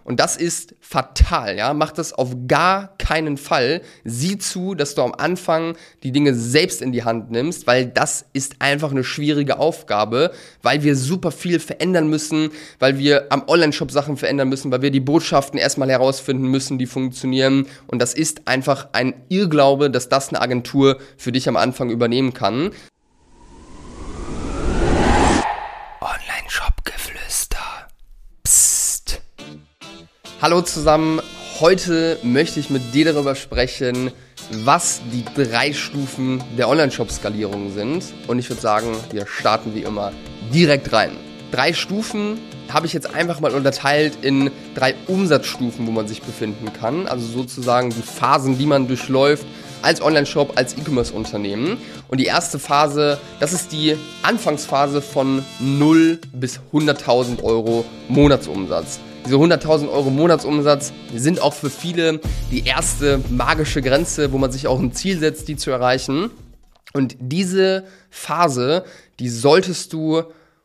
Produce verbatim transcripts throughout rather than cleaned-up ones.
Und das ist fatal, ja. Mach das auf gar keinen Fall. Sieh zu, dass du am Anfang die Dinge selbst in die Hand nimmst, weil das ist einfach eine schwierige Aufgabe, weil wir super viel verändern müssen, weil wir am Online-Shop Sachen verändern müssen, weil wir die Botschaften erstmal herausfinden müssen, die funktionieren. Und das ist einfach ein Irrglaube, dass das eine Agentur für dich am Anfang übernehmen kann. Online-Shop-Geflüster. Psst. Hallo zusammen, heute möchte ich mit dir darüber sprechen, was die drei Stufen der Online-Shop-Skalierung sind. Und ich würde sagen, wir starten wie immer direkt rein. Drei Stufen habe ich jetzt einfach mal unterteilt in drei Umsatzstufen, wo man sich befinden kann. Also sozusagen die Phasen, die man durchläuft als Online-Shop, als E-Commerce-Unternehmen. Und die erste Phase, das ist die Anfangsphase von null bis hunderttausend Euro Monatsumsatz. Diese hunderttausend Euro Monatsumsatz sind auch für viele die erste magische Grenze, wo man sich auch ein Ziel setzt, die zu erreichen. Und diese Phase, die solltest du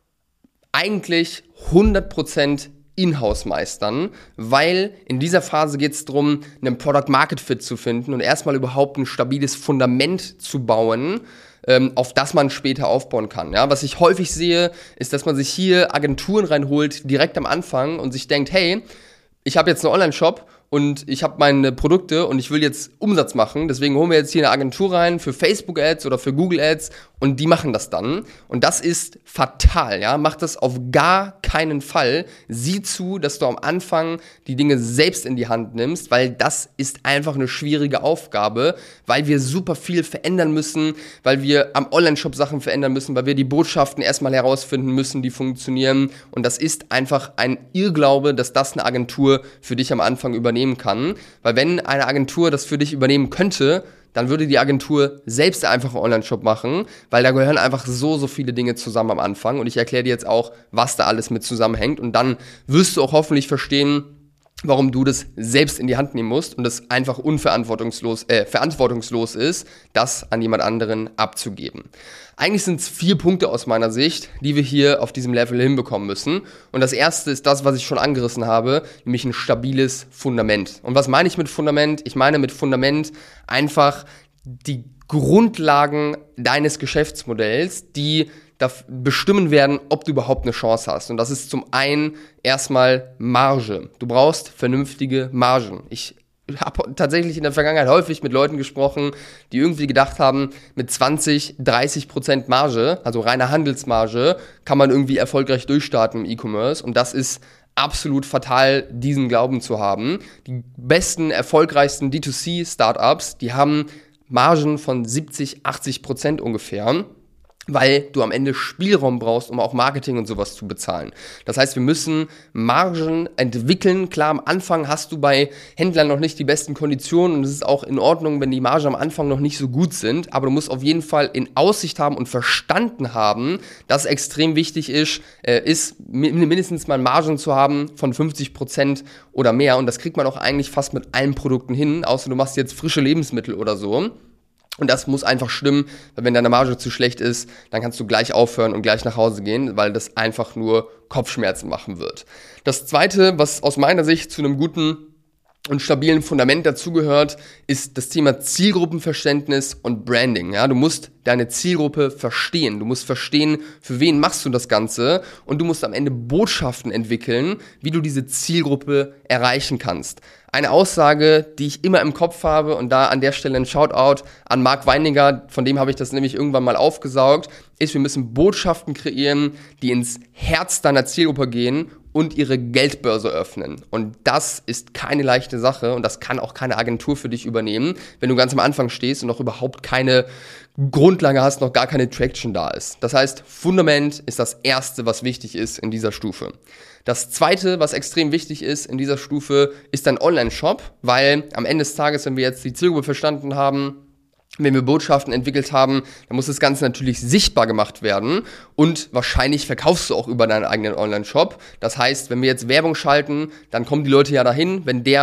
eigentlich hundert Prozent in-house meistern, weil in dieser Phase geht es darum, einen Product-Market-Fit zu finden und erstmal überhaupt ein stabiles Fundament zu bauen, ähm, auf das man später aufbauen kann. Ja, was ich häufig sehe, ist, dass man sich hier Agenturen reinholt, direkt am Anfang und sich denkt, hey, ich habe jetzt einen Online-Shop und ich habe meine Produkte und ich will jetzt Umsatz machen, deswegen holen wir jetzt hier eine Agentur rein für Facebook-Ads oder für Google-Ads und die machen das dann. Und das ist fatal, ja. Mach das auf gar keinen Fall. Sieh zu, dass du am Anfang die Dinge selbst in die Hand nimmst, weil das ist einfach eine schwierige Aufgabe, weil wir super viel verändern müssen, weil wir am Online-Shop Sachen verändern müssen, weil wir die Botschaften erstmal herausfinden müssen, die funktionieren. Und das ist einfach ein Irrglaube, dass das eine Agentur für dich am Anfang übernehmen kann. Weil wenn eine Agentur das für dich übernehmen könnte, dann würde die Agentur selbst einfach einen Online-Shop machen, weil da gehören einfach so, so viele Dinge zusammen am Anfang. Und ich erkläre dir jetzt auch, was da alles mit zusammenhängt. Und dann wirst du auch hoffentlich verstehen, warum du das selbst in die Hand nehmen musst und es einfach unverantwortungslos, äh, verantwortungslos ist, das an jemand anderen abzugeben. Eigentlich sind es vier Punkte aus meiner Sicht, die wir hier auf diesem Level hinbekommen müssen. Und das erste ist das, was ich schon angerissen habe, nämlich ein stabiles Fundament. Und was meine ich mit Fundament? Ich meine mit Fundament einfach die Grundlagen deines Geschäftsmodells, die da bestimmen werden, ob du überhaupt eine Chance hast. Und das ist zum einen erstmal Marge. Du brauchst vernünftige Margen. Ich habe tatsächlich in der Vergangenheit häufig mit Leuten gesprochen, die irgendwie gedacht haben, mit zwanzig, dreißig Prozent Marge, also reine Handelsmarge, kann man irgendwie erfolgreich durchstarten im E-Commerce. Und das ist absolut fatal, diesen Glauben zu haben. Die besten, erfolgreichsten D zwei C-Startups, die haben Margen von siebzig, achtzig Prozent ungefähr, weil du am Ende Spielraum brauchst, um auch Marketing und sowas zu bezahlen. Das heißt, wir müssen Margen entwickeln. Klar, am Anfang hast du bei Händlern noch nicht die besten Konditionen und es ist auch in Ordnung, wenn die Margen am Anfang noch nicht so gut sind, aber du musst auf jeden Fall in Aussicht haben und verstanden haben, dass extrem wichtig ist, äh, ist mindestens mal Margen zu haben von fünfzig Prozent oder mehr, und das kriegt man auch eigentlich fast mit allen Produkten hin, außer du machst jetzt frische Lebensmittel oder so. Und das muss einfach stimmen, weil wenn deine Marge zu schlecht ist, dann kannst du gleich aufhören und gleich nach Hause gehen, weil das einfach nur Kopfschmerzen machen wird. Das Zweite, was aus meiner Sicht zu einem guten und stabilen Fundament dazugehört, ist das Thema Zielgruppenverständnis und Branding. Ja, du musst deine Zielgruppe verstehen. Du musst verstehen, für wen machst du das Ganze, und du musst am Ende Botschaften entwickeln, wie du diese Zielgruppe erreichen kannst. Eine Aussage, die ich immer im Kopf habe, und da an der Stelle ein Shoutout an Marc Weininger, von dem habe ich das nämlich irgendwann mal aufgesaugt, ist, wir müssen Botschaften kreieren, die ins Herz deiner Zielgruppe gehen und ihre Geldbörse öffnen. Und das ist keine leichte Sache, und das kann auch keine Agentur für dich übernehmen, wenn du ganz am Anfang stehst und noch überhaupt keine Grundlage hast, noch gar keine Traction da ist. Das heißt, Fundament ist das Erste, was wichtig ist in dieser Stufe. Das Zweite, was extrem wichtig ist in dieser Stufe, ist dein Online-Shop, weil am Ende des Tages, wenn wir jetzt die Zielgruppe verstanden haben, wenn wir Botschaften entwickelt haben, dann muss das Ganze natürlich sichtbar gemacht werden, und wahrscheinlich verkaufst du auch über deinen eigenen Online-Shop. Das heißt, wenn wir jetzt Werbung schalten, dann kommen die Leute ja dahin, wenn der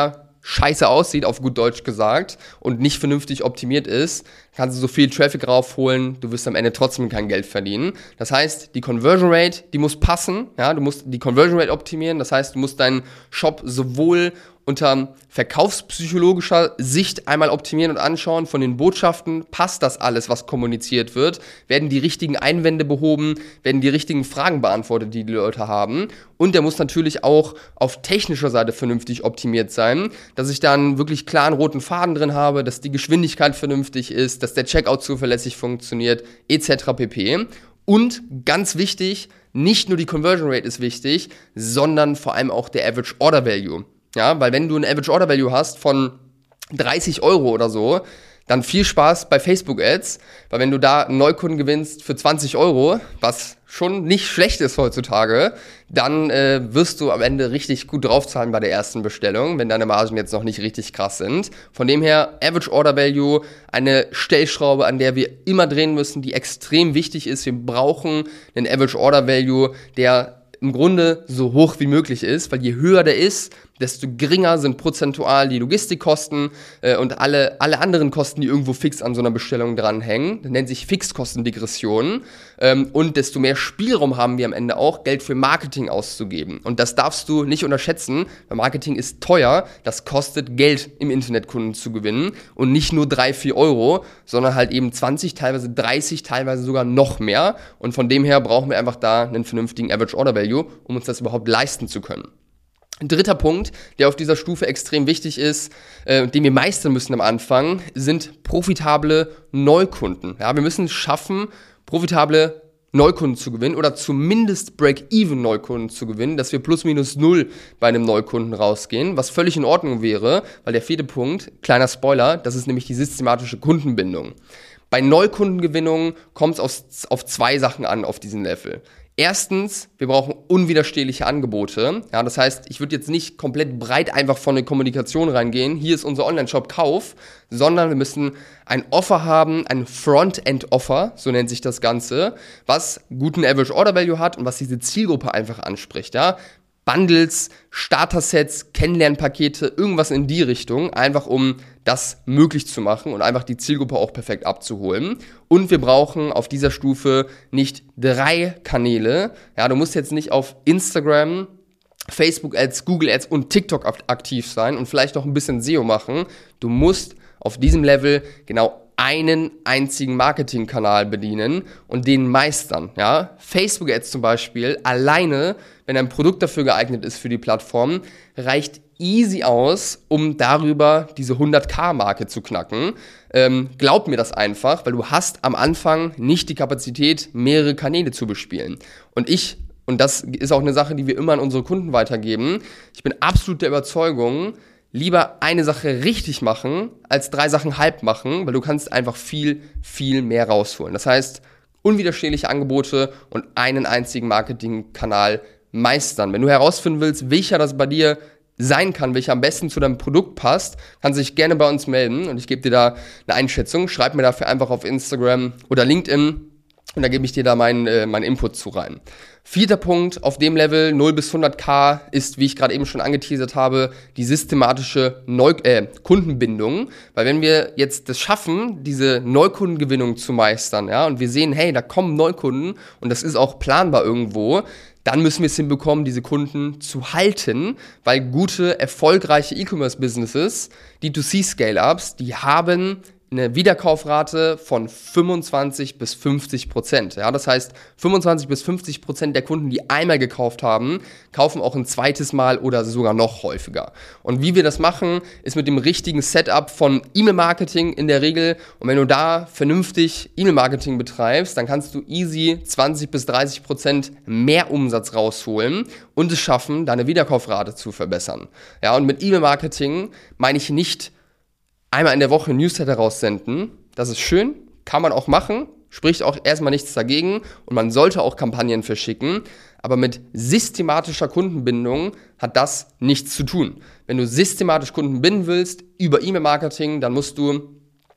scheiße aussieht, auf gut Deutsch gesagt, und nicht vernünftig optimiert ist, kannst du so viel Traffic raufholen, du wirst am Ende trotzdem kein Geld verdienen. Das heißt, die Conversion Rate, die muss passen, ja, du musst die Conversion Rate optimieren, das heißt, du musst deinen Shop sowohl unter verkaufspsychologischer Sicht einmal optimieren und anschauen, von den Botschaften, passt das alles, was kommuniziert wird, werden die richtigen Einwände behoben, werden die richtigen Fragen beantwortet, die die Leute haben, und der muss natürlich auch auf technischer Seite vernünftig optimiert sein, dass ich da einen wirklich klaren roten Faden drin habe, dass die Geschwindigkeit vernünftig ist, dass der Checkout zuverlässig funktioniert, et cetera pp. Und ganz wichtig, nicht nur die Conversion Rate ist wichtig, sondern vor allem auch der Average Order Value. Ja, weil wenn du ein Average Order Value hast von dreißig Euro oder so, dann viel Spaß bei Facebook Ads, weil wenn du da einen Neukunden gewinnst für zwanzig Euro, was schon nicht schlecht ist heutzutage, dann äh, wirst du am Ende richtig gut draufzahlen bei der ersten Bestellung, wenn deine Margen jetzt noch nicht richtig krass sind. Von dem her, Average Order Value, eine Stellschraube, an der wir immer drehen müssen, die extrem wichtig ist. Wir brauchen einen Average Order Value, der im Grunde so hoch wie möglich ist, weil je höher der ist, desto geringer sind prozentual die Logistikkosten äh, und alle, alle anderen Kosten, die irgendwo fix an so einer Bestellung dranhängen. Das nennt sich Fixkostendegression. Ähm, und desto mehr Spielraum haben wir am Ende auch, Geld für Marketing auszugeben. Und das darfst du nicht unterschätzen, weil Marketing ist teuer. Das kostet Geld, im Internet Kunden zu gewinnen. Und nicht nur drei, vier Euro, sondern halt eben zwanzig, teilweise dreißig, teilweise sogar noch mehr. Und von dem her brauchen wir einfach da einen vernünftigen Average Order Value, um uns das überhaupt leisten zu können. Ein dritter Punkt, der auf dieser Stufe extrem wichtig ist, äh, den wir meistern müssen am Anfang, sind profitable Neukunden. Ja, wir müssen es schaffen, profitable Neukunden zu gewinnen oder zumindest Break-Even Neukunden zu gewinnen, dass wir plus minus null bei einem Neukunden rausgehen, was völlig in Ordnung wäre, weil der vierte Punkt, kleiner Spoiler, das ist nämlich die systematische Kundenbindung. Bei Neukundengewinnung kommt es auf, auf zwei Sachen an auf diesem Level. Erstens, wir brauchen unwiderstehliche Angebote. Ja, das heißt, ich würde jetzt nicht komplett breit einfach von der Kommunikation reingehen, hier ist unser Online-Shop, Kauf, sondern wir müssen ein Offer haben, ein Frontend-Offer, so nennt sich das Ganze, was guten Average Order Value hat und was diese Zielgruppe einfach anspricht. Ja, Bundles, Starter-Sets, Kennenlernpakete, irgendwas in die Richtung, einfach um das möglich zu machen und einfach die Zielgruppe auch perfekt abzuholen. Und wir brauchen auf dieser Stufe nicht drei Kanäle. Ja, du musst jetzt nicht auf Instagram, Facebook Ads, Google Ads und TikTok aktiv sein und vielleicht noch ein bisschen S E O machen. Du musst auf diesem Level genau einen einzigen Marketingkanal bedienen und den meistern. Ja? Facebook Ads zum Beispiel alleine, wenn ein Produkt dafür geeignet ist für die Plattform, reicht easy aus, um darüber diese hundert-K-Marke zu knacken. Ähm, glaub mir das einfach, weil du hast am Anfang nicht die Kapazität, mehrere Kanäle zu bespielen. Und ich, und das ist auch eine Sache, die wir immer an unsere Kunden weitergeben, ich bin absolut der Überzeugung, lieber eine Sache richtig machen, als drei Sachen halb machen, weil du kannst einfach viel, viel mehr rausholen. Das heißt, unwiderstehliche Angebote und einen einzigen Marketingkanal meistern. Wenn du herausfinden willst, welcher das bei dir sein kann, welcher am besten zu deinem Produkt passt, kannst du dich gerne bei uns melden und ich gebe dir da eine Einschätzung. Schreib mir dafür einfach auf Instagram oder LinkedIn und da gebe ich dir da meinen äh, meinen Input zu rein. Vierter Punkt auf dem Level null bis hundert-K ist, wie ich gerade eben schon angeteasert habe, die systematische Neu- äh, Kundenbindung. Weil wenn wir jetzt das schaffen, diese Neukundengewinnung zu meistern, ja, und wir sehen, hey, da kommen Neukunden und das ist auch planbar irgendwo, dann müssen wir es hinbekommen, diese Kunden zu halten, weil gute, erfolgreiche E-Commerce-Businesses, D zwei C-Scale-Ups, die haben eine Wiederkaufrate von fünfundzwanzig bis fünfzig Prozent. Ja, das heißt, fünfundzwanzig bis fünfzig Prozent der Kunden, die einmal gekauft haben, kaufen auch ein zweites Mal oder sogar noch häufiger. Und wie wir das machen, ist mit dem richtigen Setup von E-Mail-Marketing in der Regel. Und wenn du da vernünftig E-Mail-Marketing betreibst, dann kannst du easy zwanzig bis dreißig Prozent mehr Umsatz rausholen und es schaffen, deine Wiederkaufrate zu verbessern. Ja, und mit E-Mail-Marketing meine ich nicht einmal in der Woche ein Newsletter raussenden. Das ist schön, kann man auch machen, spricht auch erstmal nichts dagegen und man sollte auch Kampagnen verschicken, aber mit systematischer Kundenbindung hat das nichts zu tun. Wenn du systematisch Kunden binden willst über E-Mail-Marketing, dann musst du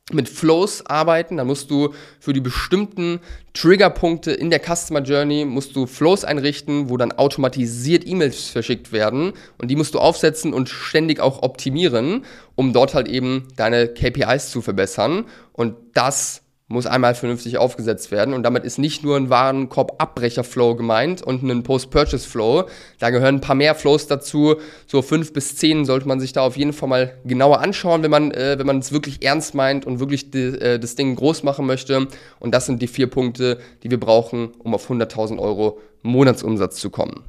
mit Flows arbeiten, dann musst du für die bestimmten Triggerpunkte in der Customer Journey musst du Flows einrichten, wo dann automatisiert E-Mails verschickt werden und die musst du aufsetzen und ständig auch optimieren, um dort halt eben deine K P Is zu verbessern und das muss einmal vernünftig aufgesetzt werden und damit ist nicht nur ein Warenkorb-Abbrecher-Flow gemeint und ein Post-Purchase-Flow, da gehören ein paar mehr Flows dazu, so fünf bis zehn sollte man sich da auf jeden Fall mal genauer anschauen, wenn man äh, wenn man es wirklich ernst meint und wirklich die, äh, das Ding groß machen möchte und das sind die vier Punkte, die wir brauchen, um auf hunderttausend Euro Monatsumsatz zu kommen.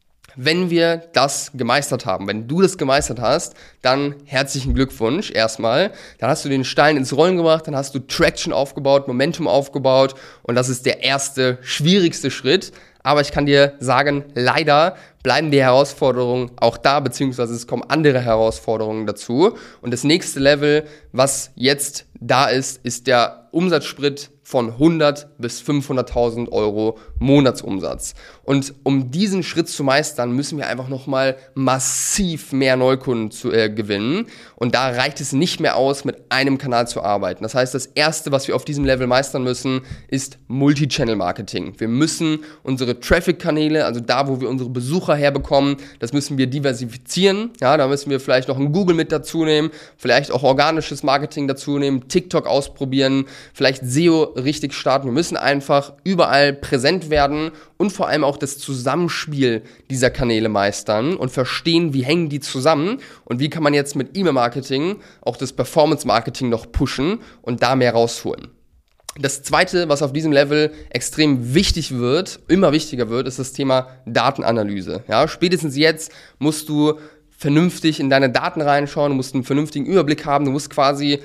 Wenn wir das gemeistert haben, wenn du das gemeistert hast, dann herzlichen Glückwunsch erstmal. Dann hast du den Stein ins Rollen gebracht, dann hast du Traction aufgebaut, Momentum aufgebaut und das ist der erste, schwierigste Schritt. Aber ich kann dir sagen, leider bleiben die Herausforderungen auch da, beziehungsweise es kommen andere Herausforderungen dazu. Und das nächste Level, was jetzt da ist, ist der Umsatzsprit von hundert bis fünfhunderttausend Euro Monatsumsatz. Und um diesen Schritt zu meistern, müssen wir einfach nochmal massiv mehr Neukunden zu, äh, gewinnen. Und da reicht es nicht mehr aus, mit einem Kanal zu arbeiten. Das heißt, das Erste, was wir auf diesem Level meistern müssen, ist Multi-Channel-Marketing. Wir müssen unsere Traffic-Kanäle, also da, wo wir unsere Besucher herbekommen, das müssen wir diversifizieren. Ja, da müssen wir vielleicht noch ein Google mit dazu nehmen, vielleicht auch organisches Marketing dazu nehmen, TikTok ausprobieren, vielleicht S E O richtig starten. Wir müssen einfach überall präsent werden und vor allem auch das Zusammenspiel dieser Kanäle meistern und verstehen, wie hängen die zusammen und wie kann man jetzt mit E-Mail-Marketing auch das Performance-Marketing noch pushen und da mehr rausholen. Das Zweite, was auf diesem Level extrem wichtig wird, immer wichtiger wird, ist das Thema Datenanalyse. Ja, spätestens jetzt musst du vernünftig in deine Daten reinschauen, du musst einen vernünftigen Überblick haben, du musst quasi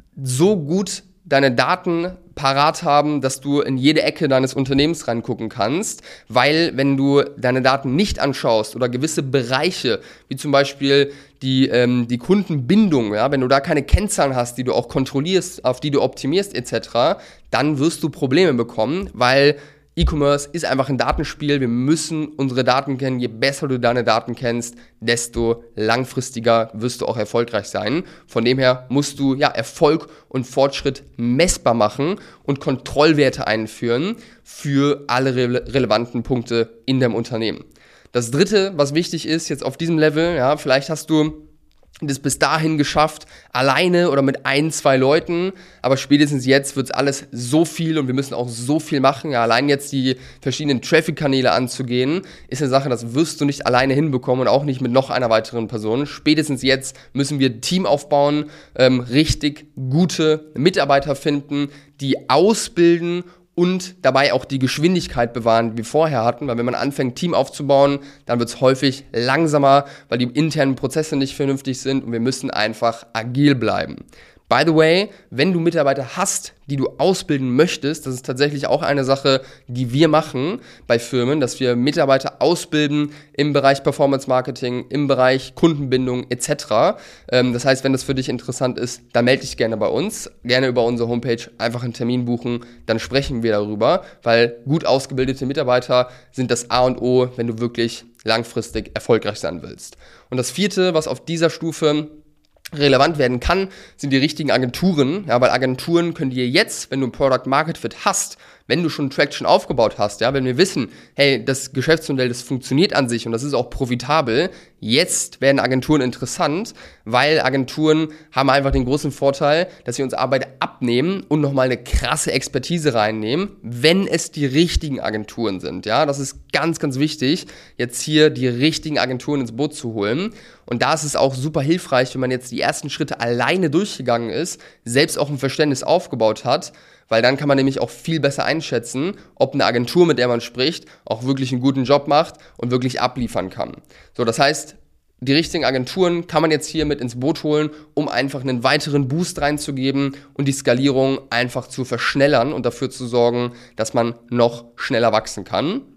so gut deine Daten parat haben, dass du in jede Ecke deines Unternehmens reingucken kannst, weil wenn du deine Daten nicht anschaust oder gewisse Bereiche, wie zum Beispiel die, ähm, die Kundenbindung, ja, wenn du da keine Kennzahlen hast, die du auch kontrollierst, auf die du optimierst et cetera, dann wirst du Probleme bekommen, weil E-Commerce ist einfach ein Datenspiel. Wir müssen unsere Daten kennen. Je besser du deine Daten kennst, desto langfristiger wirst du auch erfolgreich sein. Von dem her musst du ja Erfolg und Fortschritt messbar machen und Kontrollwerte einführen für alle re- relevanten Punkte in deinem Unternehmen. Das Dritte, was wichtig ist, jetzt auf diesem Level, ja, vielleicht hast du das bis dahin geschafft, alleine oder mit ein, zwei Leuten, aber spätestens jetzt wird es alles so viel und wir müssen auch so viel machen. Ja, allein jetzt die verschiedenen Traffic-Kanäle anzugehen, ist eine Sache, das wirst du nicht alleine hinbekommen und auch nicht mit noch einer weiteren Person. Spätestens jetzt müssen wir ein Team aufbauen, ähm, richtig gute Mitarbeiter finden, die ausbilden und dabei auch die Geschwindigkeit bewahren, die wir vorher hatten, weil wenn man anfängt, Team aufzubauen, dann wird es häufig langsamer, weil die internen Prozesse nicht vernünftig sind und wir müssen einfach agil bleiben. By the way, wenn du Mitarbeiter hast, die du ausbilden möchtest, das ist tatsächlich auch eine Sache, die wir machen bei Firmen, dass wir Mitarbeiter ausbilden im Bereich Performance Marketing, im Bereich Kundenbindung et cetera. Ähm, das heißt, wenn das für dich interessant ist, dann melde dich gerne bei uns, gerne über unsere Homepage einfach einen Termin buchen, dann sprechen wir darüber, weil gut ausgebildete Mitarbeiter sind das A und O, wenn du wirklich langfristig erfolgreich sein willst. Und das Vierte, was auf dieser Stufe relevant werden kann, sind die richtigen Agenturen, ja, weil Agenturen können dir jetzt, wenn du ein Product Market Fit hast, wenn du schon Traction aufgebaut hast, ja, wenn wir wissen, hey, das Geschäftsmodell, das funktioniert an sich und das ist auch profitabel, jetzt werden Agenturen interessant, weil Agenturen haben einfach den großen Vorteil, dass sie uns Arbeit abnehmen und nochmal eine krasse Expertise reinnehmen, wenn es die richtigen Agenturen sind, ja, das ist ganz, ganz wichtig, jetzt hier die richtigen Agenturen ins Boot zu holen und da ist es auch super hilfreich, wenn man jetzt die ersten Schritte alleine durchgegangen ist, selbst auch ein Verständnis aufgebaut hat, weil dann kann man nämlich auch viel besser einschätzen, ob eine Agentur, mit der man spricht, auch wirklich einen guten Job macht und wirklich abliefern kann. So, das heißt, die richtigen Agenturen kann man jetzt hier mit ins Boot holen, um einfach einen weiteren Boost reinzugeben und die Skalierung einfach zu verschnellern und dafür zu sorgen, dass man noch schneller wachsen kann.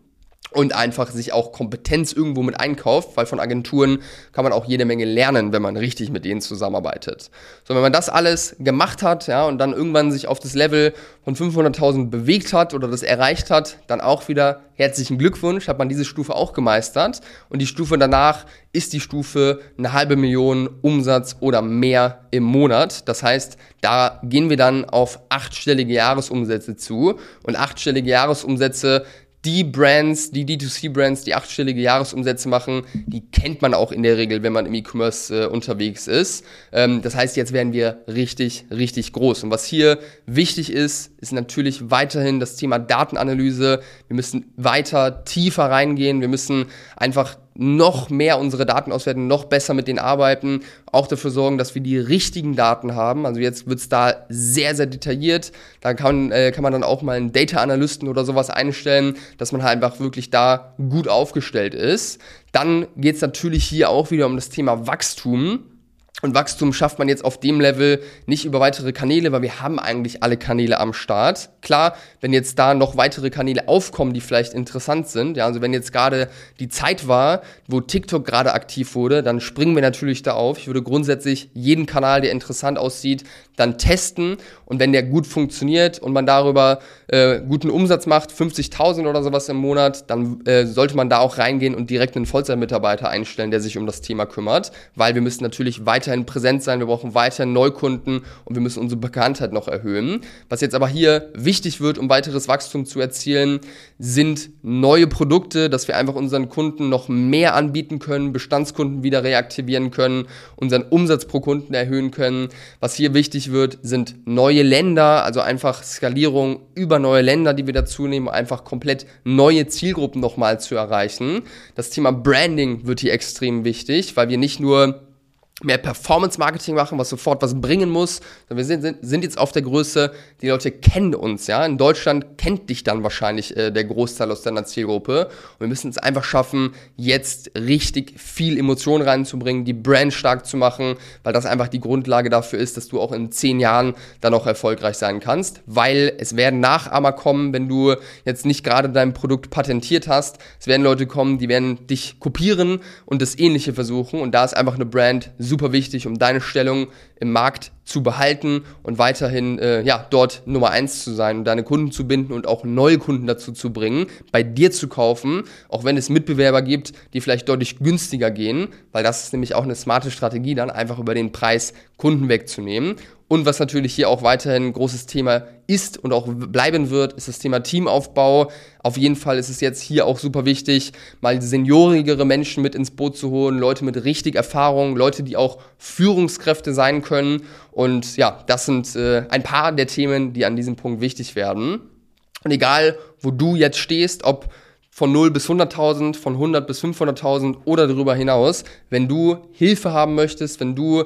und einfach sich auch Kompetenz irgendwo mit einkauft, weil von Agenturen kann man auch jede Menge lernen, wenn man richtig mit denen zusammenarbeitet. So, wenn man das alles gemacht hat, ja, und dann irgendwann sich auf das Level von fünfhunderttausend bewegt hat oder das erreicht hat, dann auch wieder herzlichen Glückwunsch, hat man diese Stufe auch gemeistert. Und die Stufe danach ist die Stufe eine halbe Million Umsatz oder mehr im Monat. Das heißt, da gehen wir dann auf achtstellige Jahresumsätze zu. Und achtstellige Jahresumsätze, die Brands, die D zwei C Brands, die achtstellige Jahresumsätze machen, die kennt man auch in der Regel, wenn man im E-Commerce äh, unterwegs ist. Ähm, das heißt, jetzt werden wir richtig, richtig groß. Und was hier wichtig ist, ist natürlich weiterhin das Thema Datenanalyse. Wir müssen weiter tiefer reingehen. Wir müssen einfach noch mehr unsere Daten auswerten, noch besser mit denen arbeiten, auch dafür sorgen, dass wir die richtigen Daten haben. Also jetzt wird's da sehr, sehr detailliert. Da kann, äh, kann man dann auch mal einen Data-Analysten oder sowas einstellen, dass man halt einfach wirklich da gut aufgestellt ist. Dann geht's natürlich hier auch wieder um das Thema Wachstum. Und Wachstum schafft man jetzt auf dem Level nicht über weitere Kanäle, weil wir haben eigentlich alle Kanäle am Start. Klar, wenn jetzt da noch weitere Kanäle aufkommen, die vielleicht interessant sind, ja, also wenn jetzt gerade die Zeit war, wo TikTok gerade aktiv wurde, dann springen wir natürlich da auf. Ich würde grundsätzlich jeden Kanal, der interessant aussieht, dann testen, und wenn der gut funktioniert und man darüber äh, guten Umsatz macht, fünfzigtausend oder sowas im Monat, dann äh, sollte man da auch reingehen und direkt einen Vollzeitmitarbeiter einstellen, der sich um das Thema kümmert, weil wir müssen natürlich weiterhin präsent sein, wir brauchen weiterhin Neukunden und wir müssen unsere Bekanntheit noch erhöhen. Was jetzt aber hier wichtig wird, um weiteres Wachstum zu erzielen, sind neue Produkte, dass wir einfach unseren Kunden noch mehr anbieten können, Bestandskunden wieder reaktivieren können, unseren Umsatz pro Kunden erhöhen können. Was hier wichtig wird, sind neue Länder, also einfach Skalierung über neue Länder, die wir dazu nehmen, einfach komplett neue Zielgruppen nochmal zu erreichen. Das Thema Branding wird hier extrem wichtig, weil wir nicht nur mehr Performance-Marketing machen, was sofort was bringen muss. Wir sind, sind, sind jetzt auf der Größe, die Leute kennen uns, ja. In Deutschland kennt dich dann wahrscheinlich äh, der Großteil aus deiner Zielgruppe. Und wir müssen es einfach schaffen, jetzt richtig viel Emotion reinzubringen, die Brand stark zu machen, weil das einfach die Grundlage dafür ist, dass du auch in zehn Jahren dann auch erfolgreich sein kannst. Weil es werden Nachahmer kommen, wenn du jetzt nicht gerade dein Produkt patentiert hast. Es werden Leute kommen, die werden dich kopieren und das Ähnliche versuchen. Und da ist einfach eine Brand super wichtig, um deine Stellung im Markt zu behalten und weiterhin äh, ja dort Nummer eins zu sein und deine Kunden zu binden und auch neue Kunden dazu zu bringen, bei dir zu kaufen, auch wenn es Mitbewerber gibt, die vielleicht deutlich günstiger gehen, weil das ist nämlich auch eine smarte Strategie, dann einfach über den Preis Kunden wegzunehmen. Und was natürlich hier auch weiterhin ein großes Thema ist und auch bleiben wird, ist das Thema Teamaufbau. Auf jeden Fall ist es jetzt hier auch super wichtig, mal seniorigere Menschen mit ins Boot zu holen, Leute mit richtig Erfahrung, Leute, die auch Führungskräfte sein können. Und ja, das sind äh, ein paar der Themen, die an diesem Punkt wichtig werden. Und egal, wo du jetzt stehst, ob von null bis hunderttausend, von hundert bis fünfhunderttausend oder darüber hinaus, wenn du Hilfe haben möchtest, wenn du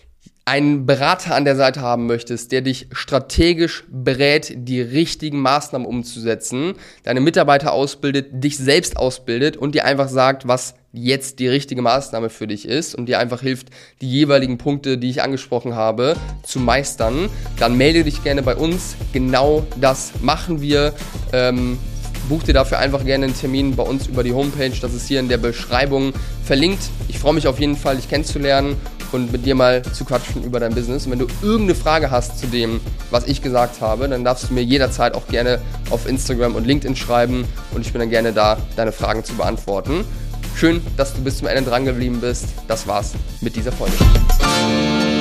einen Berater an der Seite haben möchtest, der dich strategisch berät, die richtigen Maßnahmen umzusetzen, deine Mitarbeiter ausbildet, dich selbst ausbildet und dir einfach sagt, was jetzt die richtige Maßnahme für dich ist und dir einfach hilft, die jeweiligen Punkte, die ich angesprochen habe, zu meistern, dann melde dich gerne bei uns. Genau das machen wir. Ähm, Buch dir dafür einfach gerne einen Termin bei uns über die Homepage. Das ist hier in der Beschreibung verlinkt. Ich freue mich auf jeden Fall, dich kennenzulernen und mit dir mal zu quatschen über dein Business. Und wenn du irgendeine Frage hast zu dem, was ich gesagt habe, dann darfst du mir jederzeit auch gerne auf Instagram und LinkedIn schreiben und ich bin dann gerne da, deine Fragen zu beantworten. Schön, dass du bis zum Ende dran geblieben bist. Das war's mit dieser Folge.